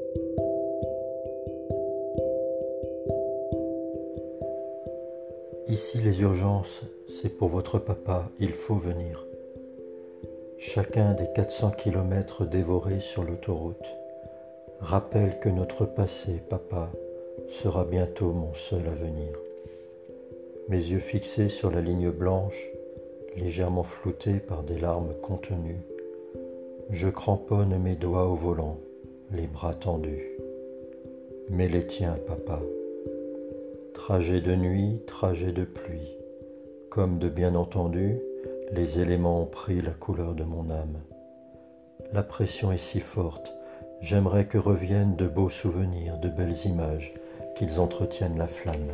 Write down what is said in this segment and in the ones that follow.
Ici les urgences, c'est pour votre papa, il faut venir. Chacun des 400 kilomètres dévorés sur l'autoroute rappelle que notre passé, papa, sera bientôt mon seul avenir. Mes yeux fixés sur la ligne blanche, légèrement floutés par des larmes contenues, je cramponne mes doigts au volant, les bras tendus. Mais les tiens, papa. Trajet de nuit, trajet de pluie, comme de bien entendu, les éléments ont pris la couleur de mon âme. La pression est si forte, j'aimerais que reviennent de beaux souvenirs, de belles images, qu'ils entretiennent la flamme.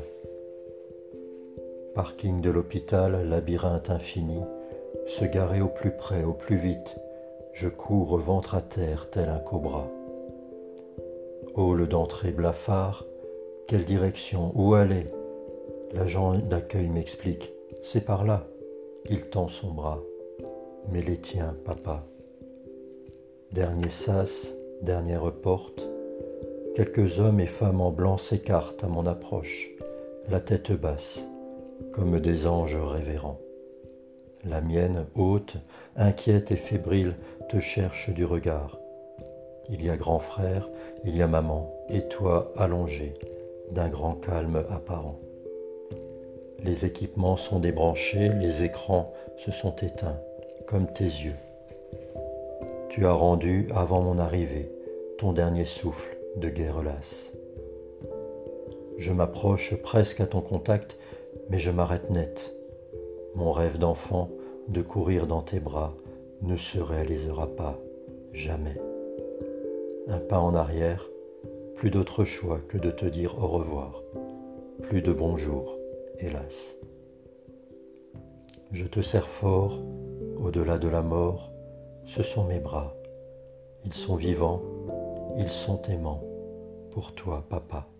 Parking de l'hôpital, labyrinthe infini, se garer au plus près, au plus vite, je cours ventre à terre tel un cobra. Hall d'entrée blafard, quelle direction, où aller? L'agent d'accueil m'explique, c'est par là. Il tend son bras, mais les tiens, papa. Dernier sas, dernière porte, quelques hommes et femmes en blanc s'écartent à mon approche, la tête basse, comme des anges révérends. La mienne, haute, inquiète et fébrile, te cherche du regard. Il y a grand frère, il y a maman, et toi allongé, d'un grand calme apparent. Les équipements sont débranchés, les écrans se sont éteints, comme tes yeux. Tu as rendu, avant mon arrivée, ton dernier souffle de guerre lasse. Je m'approche presque à ton contact, mais je m'arrête net. Mon rêve d'enfant, de courir dans tes bras, ne se réalisera pas, jamais. Un pas en arrière, plus d'autre choix que de te dire au revoir, plus de bonjour, hélas. Je te serre fort, au-delà de la mort, ce sont mes bras. Ils sont vivants, ils sont aimants, pour toi, papa.